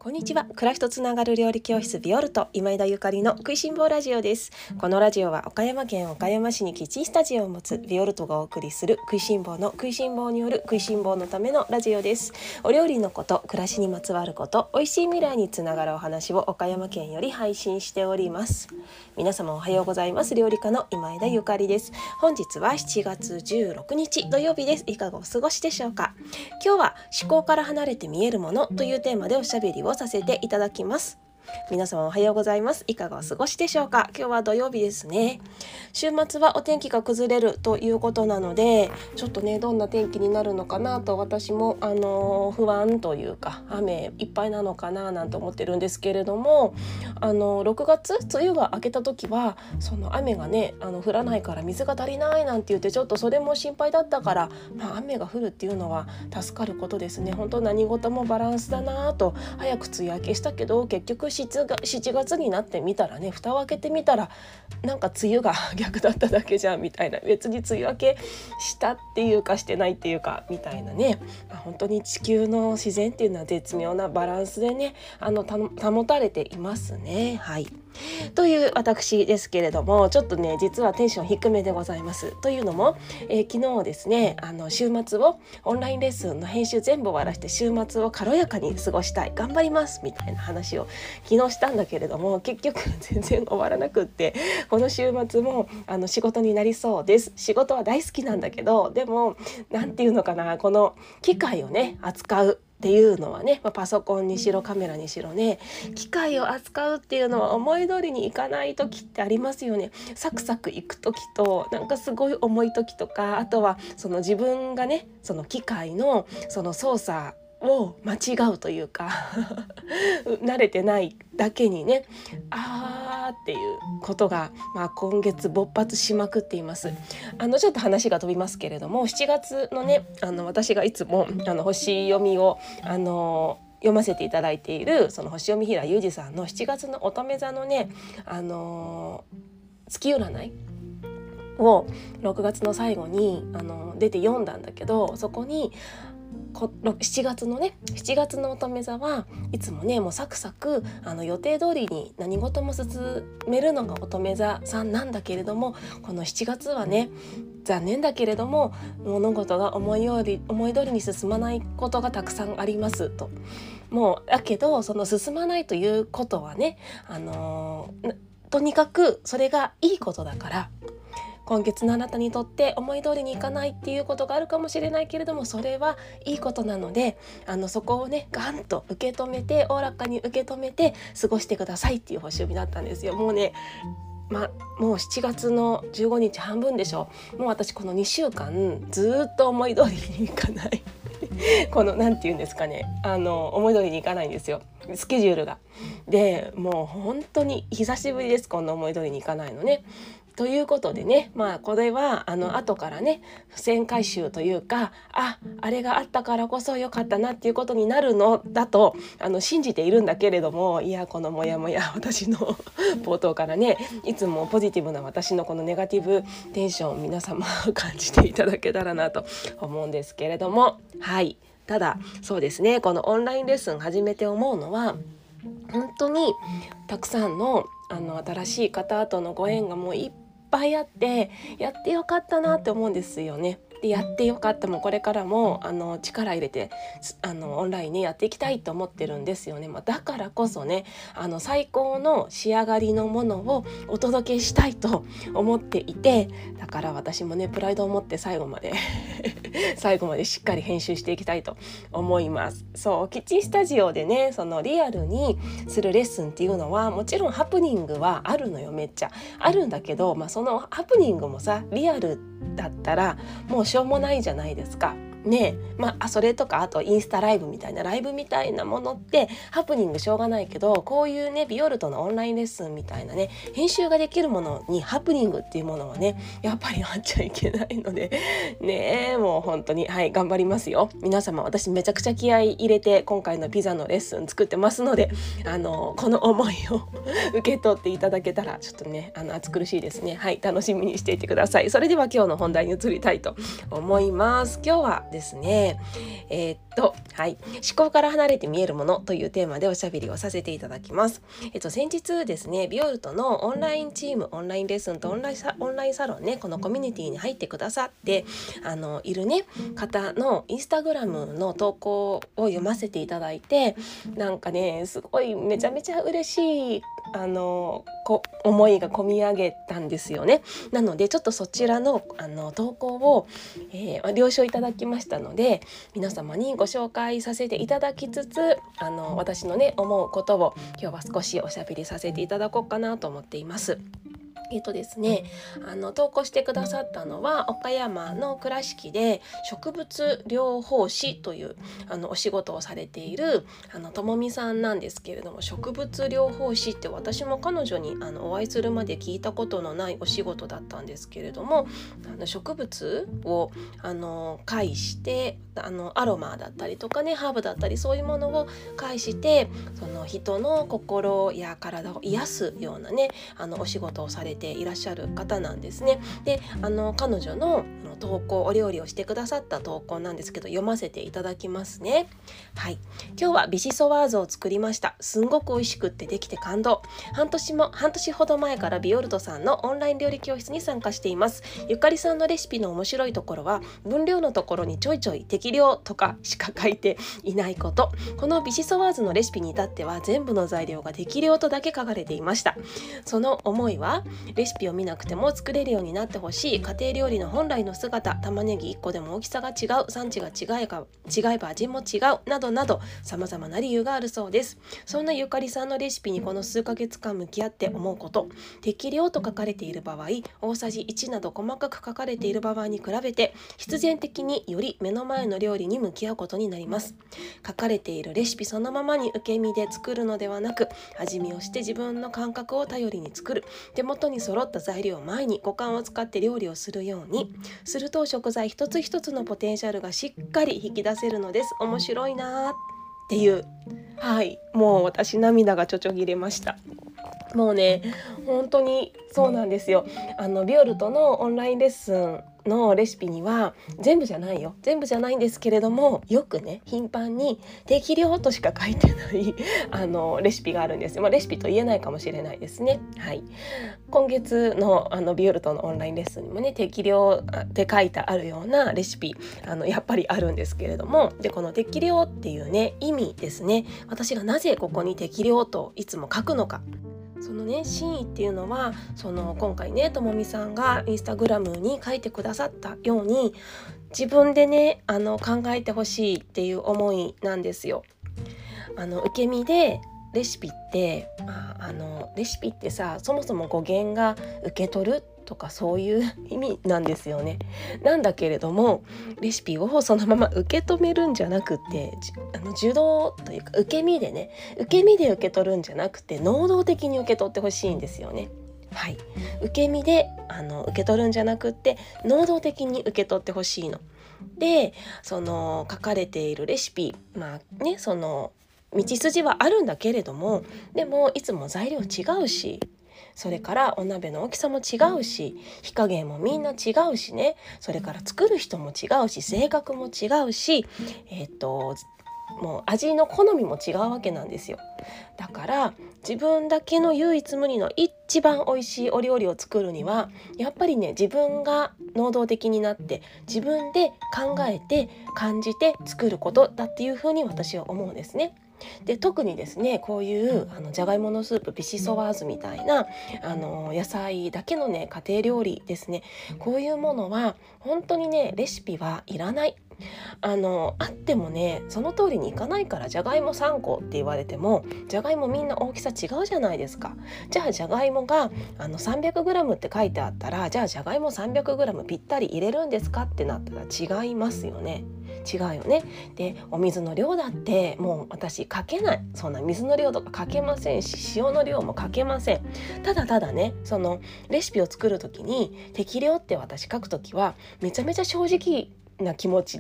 こんにちは。暮らしとつながる料理教室ビオルト今井田ゆかりの食いしん坊ラジオです。このラジオは岡山県岡山市にキッチンスタジオを持つビオルトがお送りする食いしん坊の食いしん坊による食いしん坊のためのラジオです。お料理のこと、暮らしにまつわること、美味しい未来につながるお話を岡山県より配信しております。皆様おはようございます。料理家の今井田ゆかりです。本日は7月16日土曜日です。いかがお過ごしでしょうか。今日は思考から離れて見えるものというテーマでおしゃべりをさせていただきます。皆様おはようございます。いかがお過ごしでしょうか。今日は土曜日ですね。週末はお天気が崩れるということなので、ちょっとねどんな天気になるのかなと私も不安というか雨いっぱいなのかななんて思ってるんですけれども、6月梅雨が明けた時はその雨がね降らないから水が足りないなんて言ってちょっとそれも心配だったから、雨が降るっていうのは助かることですね。本当何事もバランスだなと。早く梅雨明けしたけど結局7月になってみたらね、蓋を開けてみたらなんか梅雨が逆だっただけじゃんみたいな、別に梅雨明けしたっていうかしてないっていうかみたいなね、本当に地球の自然っていうのは絶妙なバランスでね保たれていますね。はいという私ですけれども、ちょっとね実はテンション低めでございます。というのも、昨日ですね週末をオンラインレッスンの編集全部終わらして週末を軽やかに過ごしたい、頑張りますみたいな話を昨日したんだけれども、結局全然終わらなくって、この週末も仕事になりそうです。仕事は大好きなんだけど、でもなんていうのかな、この機械をね扱うっていうのはね、パソコンにしろカメラにしろね、機械を扱うっていうのは思い通りにいかない時ってありますよね。サクサクいく時となんかすごい重い時とか、あとはその自分がねその機械のその操作を間違うというか慣れてないだけにねっていうことが、今月勃発しまくっています。ちょっと話が飛びますけれども、7月のね私がいつも星読みを読ませていただいているその星読み平裕二さんの7月の乙女座のね月占いを6月の最後に出て読んだんだけど、そこに7月の乙女座はいつもねもうサクサク予定通りに何事も進めるのが乙女座さんなんだけれども、この7月はね残念だけれども物事が思い通りに進まないことがたくさんありますと。もうだけどその進まないということはねとにかくそれがいいことだから、今月のあなたにとって思い通りにいかないっていうことがあるかもしれないけれども、それはいいことなのでそこをねガンと受け止めて、おおらかに受け止めて過ごしてくださいっていう星読みだったんですよ。もうねもう7月の15日半分でしょ。もう私この2週間ずっと思い通りにいかないこのなんていうんですかね思い通りにいかないんですよ、スケジュールが。でもう本当に久しぶりです、こんな思い通りにいかないのね。ということでね、これは後からね付箋回収というか、あれがあったからこそ良かったなっていうことになるのだと信じているんだけれども、いやこのモヤモヤ私の冒頭からねいつもポジティブな私のこのネガティブテンション皆様感じていただけたらなと思うんですけれども、はいただそうですね、このオンラインレッスン始めて思うのは、本当にたくさんの新しい方とのご縁がもういっぱいあって、やってよかったなって思うんですよね。でやってよかったもこれからも力入れてオンラインねやっていきたいと思ってるんですよね。だからこそね最高の仕上がりのものをお届けしたいと思っていて、だから私もねプライドを持って最後までしっかり編集していきたいと思います。そうキッチンスタジオでねそのリアルにするレッスンっていうのはもちろんハプニングはあるのよ、めっちゃあるんだけど、そのハプニングもさリアルだったらもうしょうもないじゃないですかね。それとかあとインスタライブみたいなライブみたいなものってハプニングしょうがないけど、こういうねビオルトのオンラインレッスンみたいなね編集ができるものにハプニングっていうものはねやっぱりあっちゃいけないのでね、もう本当に頑張りますよ皆様。私めちゃくちゃ気合い入れて今回のピザのレッスン作ってますのでこの思いを受け取っていただけたらちょっとね暑苦しいですね。楽しみにしていてください。それでは今日の本題に移りたいと思います。今日はですね、はい、思考から離れて見えるものというテーマでおしゃべりをさせていただきます。先日ですね、ビオルトのオンラインチーム、オンラインレッスンとオンラインサロンね、このコミュニティに入ってくださっているね方のインスタグラムの投稿を読ませていただいて、なんかねすごいめちゃめちゃ嬉しい思いが込み上げたんですよね。なのでちょっとそちらの投稿を、了承いただきましたので、皆様にご紹介させていただきつつ、私のね思うことを今日は少しおしゃべりさせていただこうかなと思っています。ですね、投稿してくださったのは岡山の倉敷で植物療法士というお仕事をされているともみさんなんですけれども、植物療法士って私も彼女にお会いするまで聞いたことのないお仕事だったんですけれども、植物を介してアロマだったりとかね、ハーブだったりそういうものを介してその人の心や体を癒すようなねお仕事をされていらっしゃる方なんですね。で彼女の投稿、お料理をしてくださった投稿なんですけど、読ませていただきますね。はい、今日はビシソワーズを作りました。すんごく美味しくってできて感動。半年ほど前からビオルトさんのオンライン料理教室に参加しています。ゆかりさんのレシピの面白いところは分量のところにちょいちょい適量とかしか書いていないこと。このビシソワーズのレシピに至っては全部の材料が適量とだけ書かれていました。その思いはレシピを見なくても作れるようになってほしい、家庭料理の本来の姿、玉ねぎ1個でも大きさが違う、産地が違えば味も違うなどなど様々な理由があるそうです。そんなゆかりさんのレシピにこの数ヶ月間向き合って思うこと、適量と書かれている場合、大さじ1など細かく書かれている場合に比べて必然的により目の前の料理に向き合うことになります。書かれているレシピそのままに受け身で作るのではなく、味見をして自分の感覚を頼りに作る、手元に揃った材料を前に五感を使って料理をするようにすると、食材一つ一つのポテンシャルがしっかり引き出せるのです。面白いなっていう、はい、もう私涙がちょちょぎれました。もうね本当にそうなんですよ。ビオルトのオンラインレッスンのレシピには全部じゃないんですけれども、よくね頻繁に適量としか書いてないレシピがあるんですよ。レシピと言えないかもしれないですね。はい、今月のビオルトのオンラインレッスンにもね適量って書いてあるようなレシピやっぱりあるんですけれども、でこの適量っていうね意味ですね、私がなぜここに適量といつも書くのか、そのね真意っていうのは今回ねともみさんがインスタグラムに書いてくださったように、自分でね考えてほしいっていう思いなんですよ。受け身でレシピってレシピってさ、そもそも語源が受け取るとかそういう意味なんですよね。なんだけれどもレシピをそのまま受け止めるんじゃなくて、受動というか受け身で受け取るんじゃなくて、能動的に受け取ってほしいんですよね。はい、受け身で受け取るんじゃなくって能動的に受け取ってほしいので、書かれているレシピその道筋はあるんだけれども、でもいつも材料違うし、それからお鍋の大きさも違うし、火加減もみんな違うしね、それから作る人も違うし、性格も違うし、もう味の好みも違うわけなんですよ。だから自分だけの唯一無二の一番美味しいお料理を作るにはやっぱりね自分が能動的になって自分で考えて感じて作ることだっていうふうに私は思うんですね。で特にですねこういうじゃがいものスープビシソワーズみたいな野菜だけのね家庭料理ですね、こういうものは本当にねレシピはいらない。あってもねその通りにいかないから、じゃがいも3個って言われてもじゃがいもみんな大きさ違うじゃないですか。じゃあじゃがいもが300g って書いてあったら、じゃあじゃがいも 300g ぴったり入れるんですかってなったら違いますよね。違うよね。でお水の量だってもう私かけない、そんな水の量とかかけませんし、塩の量もかけません。ただねそのレシピを作る時に適量って私書く時はめちゃめちゃ正直な気持ちで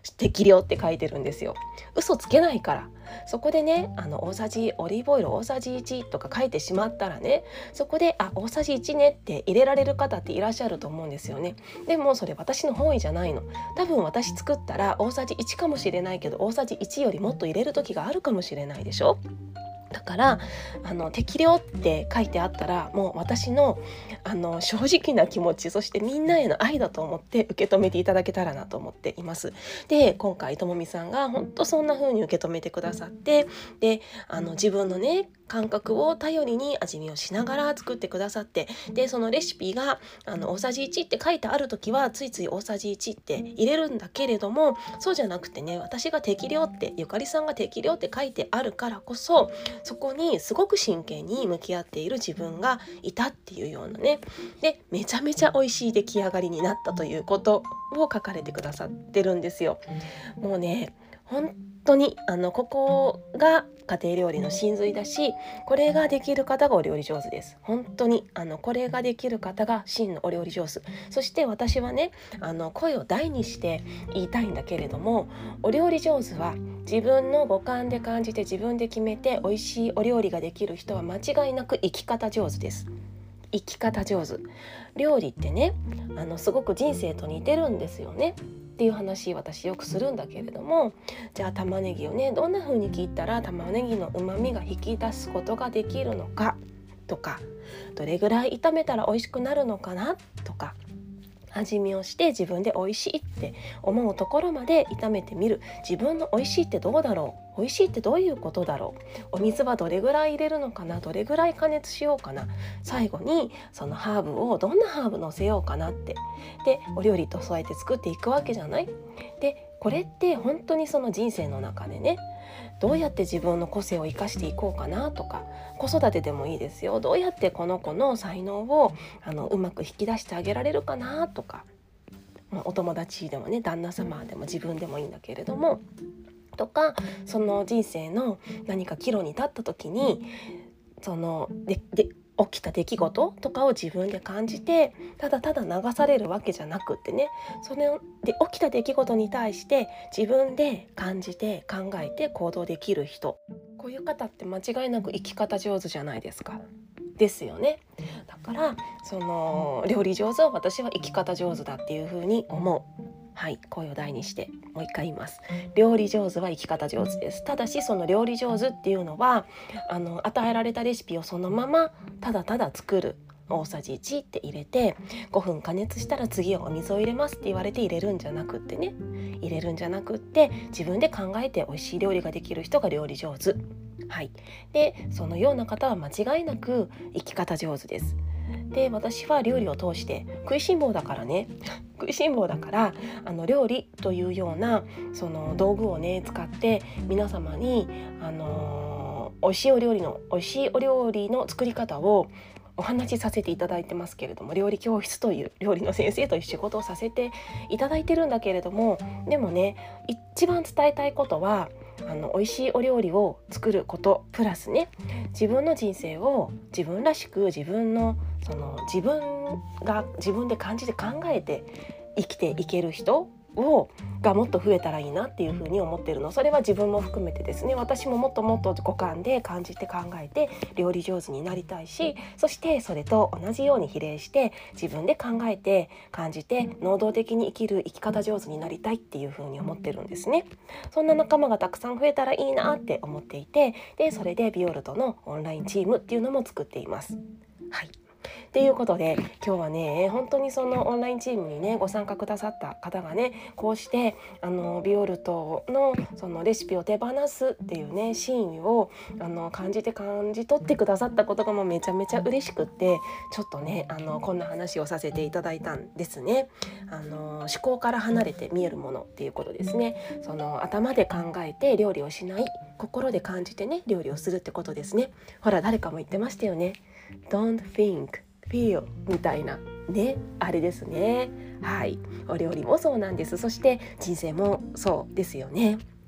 適量って書いてるんですよ。嘘つけないから。そこでね大さじオリーブオイル大さじ1とか書いてしまったらね、そこで大さじ1ねって入れられる方っていらっしゃると思うんですよね。でもそれ私の本意じゃないの。多分私作ったら大さじ1かもしれないけど、大さじ1よりもっと入れる時があるかもしれないでしょ。だから適量って書いてあったら、もう私の正直な気持ち、そしてみんなへの愛だと思って受け止めていただけたらなと思っています。で、今回ともみさんが本当そんな風に受け止めてくださって、で自分のね感覚を頼りに味見をしながら作ってくださって、でそのレシピが大さじ1って書いてある時はついつい大さじ1って入れるんだけれども、そうじゃなくてね、私が適量って、ゆかりさんが適量って書いてあるからこそ、そこにすごく真剣に向き合っている自分がいたっていうようなね、でめちゃめちゃ美味しい出来上がりになったということを書かれてくださってるんですよ。もうね本当にここが家庭料理の真髄だし、これができる方がお料理上手です。本当にこれができる方が真のお料理上手。そして私はね声を大にして言いたいんだけれども、お料理上手は自分の五感で感じて自分で決めて美味しいお料理ができる人は間違いなく生き方上手です。生き方上手。料理ってねすごく人生と似てるんですよねっていう話私よくするんだけれども、じゃあ玉ねぎをねどんな風に切ったら玉ねぎの旨味が引き出すことができるのかとか、どれぐらい炒めたら美味しくなるのかなとか、味見をして自分で美味しいって思うところまで炒めてみる。自分の美味しいってどうだろう、美味しいってどういうことだろう、お水はどれぐらい入れるのかな、どれぐらい加熱しようかな、最後にそのハーブをどんなハーブ乗せようかなって、でお料理とそうやって作っていくわけじゃない。でこれって本当にその人生の中でね、どうやって自分の個性を生かしていこうかなとか、子育てでもいいですよ。どうやってこの子の才能をうまく引き出してあげられるかなとか、お友達でもね、旦那様でも自分でもいいんだけれどもとか、その人生の何か岐路に立った時にその起きた出来事とかを自分で感じて、ただただ流されるわけじゃなくってね、それで起きた出来事に対して自分で感じて考えて行動できる人、こういう方って間違いなく生き方上手じゃないですか。ですよね。だからその料理上手は私は生き方上手だっていうふうに思う。はい、声を大にしてもう一回言います。料理上手は生き方上手です。ただしその料理上手っていうのは与えられたレシピをそのままただただ作る、大さじ1って入れて5分加熱したら次はお水を入れますって言われて入れるんじゃなくってね、入れるんじゃなくって自分で考えて美味しい料理ができる人が料理上手。はい、でそのような方は間違いなく生き方上手です。で私は料理を通して食いしん坊だからね食いしん坊だから料理というようなその道具をね使って皆様に美味しいお料理の作り方をお話しさせていただいてますけれども、料理教室という料理の先生という仕事をさせていただいてるんだけれども、でもね一番伝えたいことは美味しいお料理を作ることプラスね、自分の人生を自分らしく自分が自分で感じて考えて生きていける人がもっと増えたらいいなっていうふうに思ってるの。それは自分も含めてですね、私ももっともっと五感で感じて考えて料理上手になりたいし、そしてそれと同じように比例して自分で考えて感じて能動的に生きる生き方上手になりたいっていうふうに思ってるんですね。そんな仲間がたくさん増えたらいいなって思っていて、でそれでビオルトのオンラインチームっていうのも作っています。はい、っていうことで今日はね本当にそのオンラインチームにねご参加くださった方がね、こうしてビオルトのそのレシピを手放すっていうね真意を感じ取ってくださったことがもうめちゃめちゃ嬉しくって、ちょっとねこんな話をさせていただいたんですね。思考から離れて見えるものっていうことですね。その頭で考えて料理をしない、心で感じてね料理をするってことですね。ほら誰かも言ってましたよね。Don't think, feel みたいなね、あれですね。はい、お料理もそうなんです。そして人生もそうですよね。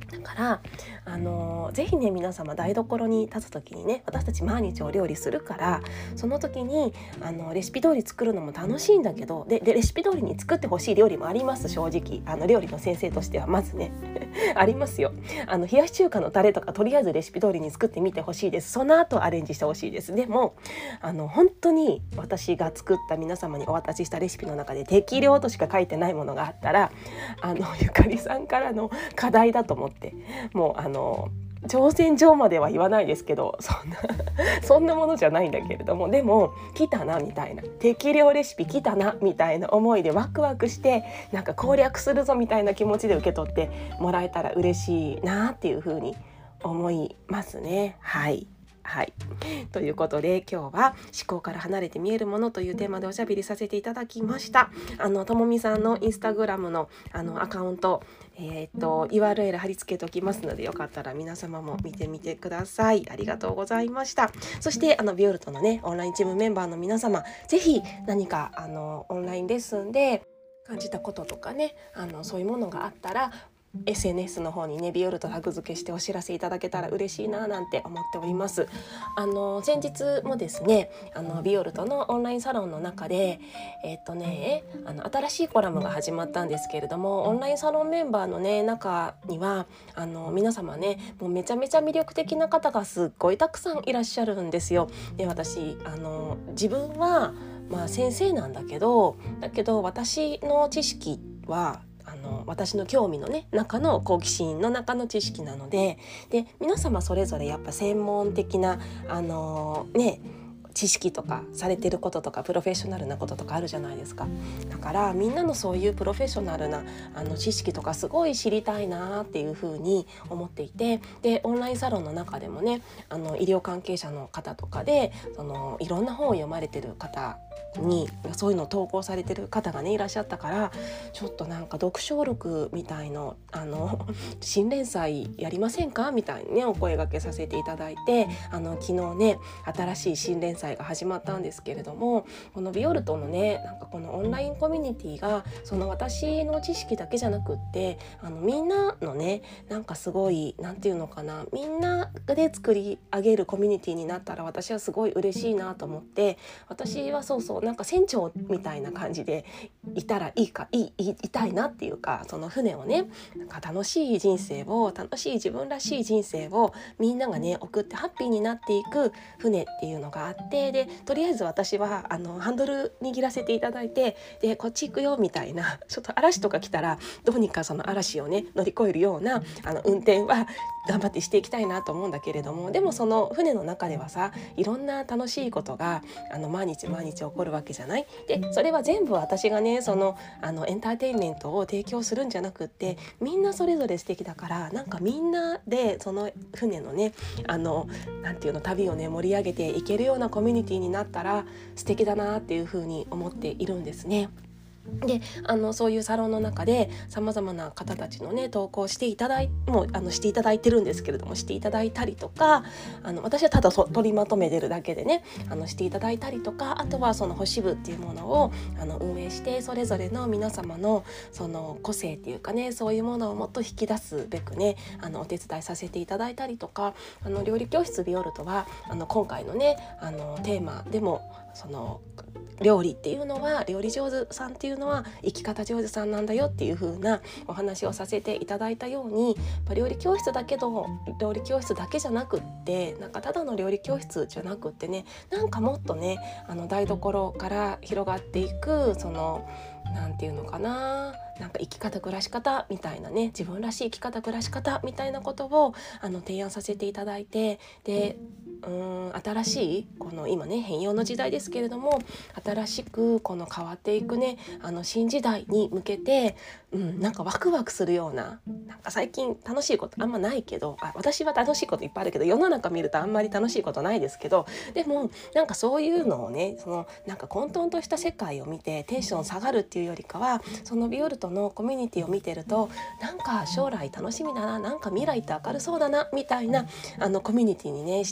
だからぜひね皆様台所に立つ時にね、私たち毎日お料理するから、その時にレシピ通り作るのも楽しいんだけど、でレシピ通りに作ってほしい料理もあります。正直料理の先生としてはまずねありますよ。冷やし中華のタレとかとりあえずレシピ通りに作ってみてほしいです。その後アレンジしてほしいです。でも本当に私が作った皆様にお渡ししたレシピの中で適量としか書いてないものがあったらゆかりさんからの課題だと思って、もう挑戦状までは言わないですけど、そんなものじゃないんだけれども、でも来たなみたいな、適量レシピ来たなみたいな思いでワクワクして、なんか攻略するぞみたいな気持ちで受け取ってもらえたら嬉しいなっていうふうに思いますね。はいということで今日は思考から離れて見えるものというテーマでおしゃべりさせていただきました。ともみさんのインスタグラムのアカウントURL 貼り付けておきますので、よかったら皆様も見てみてください。ありがとうございました。そしてビオルトのねオンラインチームメンバーの皆様、ぜひ何かオンラインレッスンで感じたこととかね、そういうものがあったらSNS の方にねビオルトタグ付けしてお知らせいただけたら嬉しいななんて思っております。先日もですねビオルトのオンラインサロンの中で新しいコラムが始まったんですけれども、オンラインサロンメンバーのね中には皆様ねもうめちゃめちゃ魅力的な方がすっごいたくさんいらっしゃるんですよ。で私自分は先生なんだけど私の知識は私の興味のね中の好奇心の中の知識なので、皆様それぞれやっぱ専門的な知識とかされてることとかプロフェッショナルなこととかあるじゃないですか。だからみんなのそういうプロフェッショナルな知識とかすごい知りたいなっていうふうに思っていて、でオンラインサロンの中でもね医療関係者の方とかでいろんな本を読まれてる方にそういうのを投稿されてる方がねいらっしゃったから、ちょっとなんか読書録みたいの新連載やりませんかみたいにねお声掛けさせていただいて、昨日ね新しい新連載が始まったんですけれども、このビオルトのねなんかこのオンラインコミュニティが私の知識だけじゃなくってみんなのねなんかすごいなんていうのかな、みんなで作り上げるコミュニティになったら私はすごい嬉しいなと思って、私はなんか船長みたいな感じでいたらいたいなっていうか、その船をねなんか楽しい自分らしい人生をみんながね送ってハッピーになっていく船っていうのがあって、でとりあえず私はハンドル握らせていただいて、でこっち行くよみたいな、ちょっと嵐とか来たらどうにかその嵐をね乗り越えるような運転は頑張ってしていきたいなと思うんだけれども、でもその船の中ではさいろんな楽しいことが毎日起こるわけじゃない。でそれは全部私がねエンターテインメントを提供するんじゃなくって、みんなそれぞれ素敵だから、なんかみんなでその船のねなんていうの旅をね盛り上げていけるようなコミュニティになったら素敵だなっていうふうに思っているんですね。でそういうサロンの中でさまざまな方たちのね投稿していただいてるんですけれども、していただいたりとか私はただ取りまとめてるだけでねしていただいたりとか、あとはその星部っていうものを運営して、それぞれの皆様のその個性っていうかね、そういうものをもっと引き出すべくねお手伝いさせていただいたりとか、料理教室ビオルトは今回のねテーマでも料理っていうのは、料理上手さんっていうのは生き方上手さんなんだよっていう風なお話をさせていただいたように、料理教室だけじゃなくって、なんかただの料理教室じゃなくってね、なんかもっとね台所から広がっていくなんていうのかな、なんか生き方暮らし方みたいなね、自分らしい生き方暮らし方みたいなことを提案させていただいて、で新しいこの今ね変容の時代ですけれども、新しくこの変わっていくね新時代に向けて、なんかワクワクするような、なんか最近楽しいことあんまないけど、私は楽しいこといっぱいあるけど世の中見るとあんまり楽しいことないですけど、でもなんかそういうのをねなんか混沌とした世界を見てテンション下がるっていうよりかは、そのビオルトのコミュニティを見てるとなんか将来楽しみだな、なんか未来って明るそうだなみたいなコミュニティにねしていけたら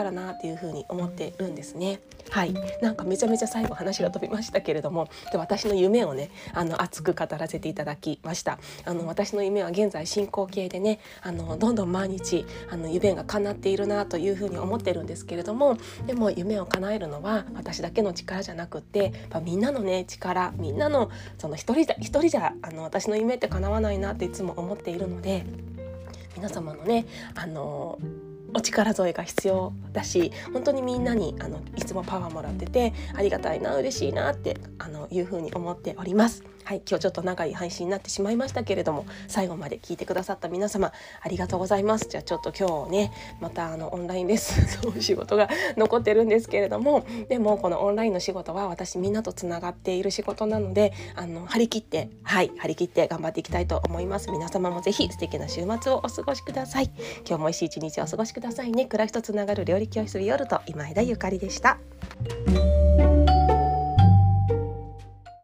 らなっていうふうに思ってるんですね。はい、なんかめちゃめちゃ最後話が飛びましたけれども、で私の夢をね熱く語らせていただきました。私の夢は現在進行形でねどんどん毎日夢が叶っているなというふうに思ってるんですけれども、でも夢を叶えるのは私だけの力じゃなくって、やっぱみんなのね力、みんなのその一人じゃ私の夢って叶わないなっていつも思っているので、皆様のねお力添えが必要だし、本当にみんなにいつもパワーもらっててありがたいな、嬉しいなっていうふうに思っております。はい、今日ちょっと長い配信になってしまいましたけれども、最後まで聞いてくださった皆様ありがとうございます。じゃあちょっと今日ねまたオンラインレッスンの仕事が残ってるんですけれども、でもこのオンラインの仕事は私みんなとつながっている仕事なので張り切って頑張っていきたいと思います。皆様もぜひ素敵な週末をお過ごしください。今日も一日お過ごしくださいね。暮らしとつながる料理教室ビオルト今枝ゆかりでした。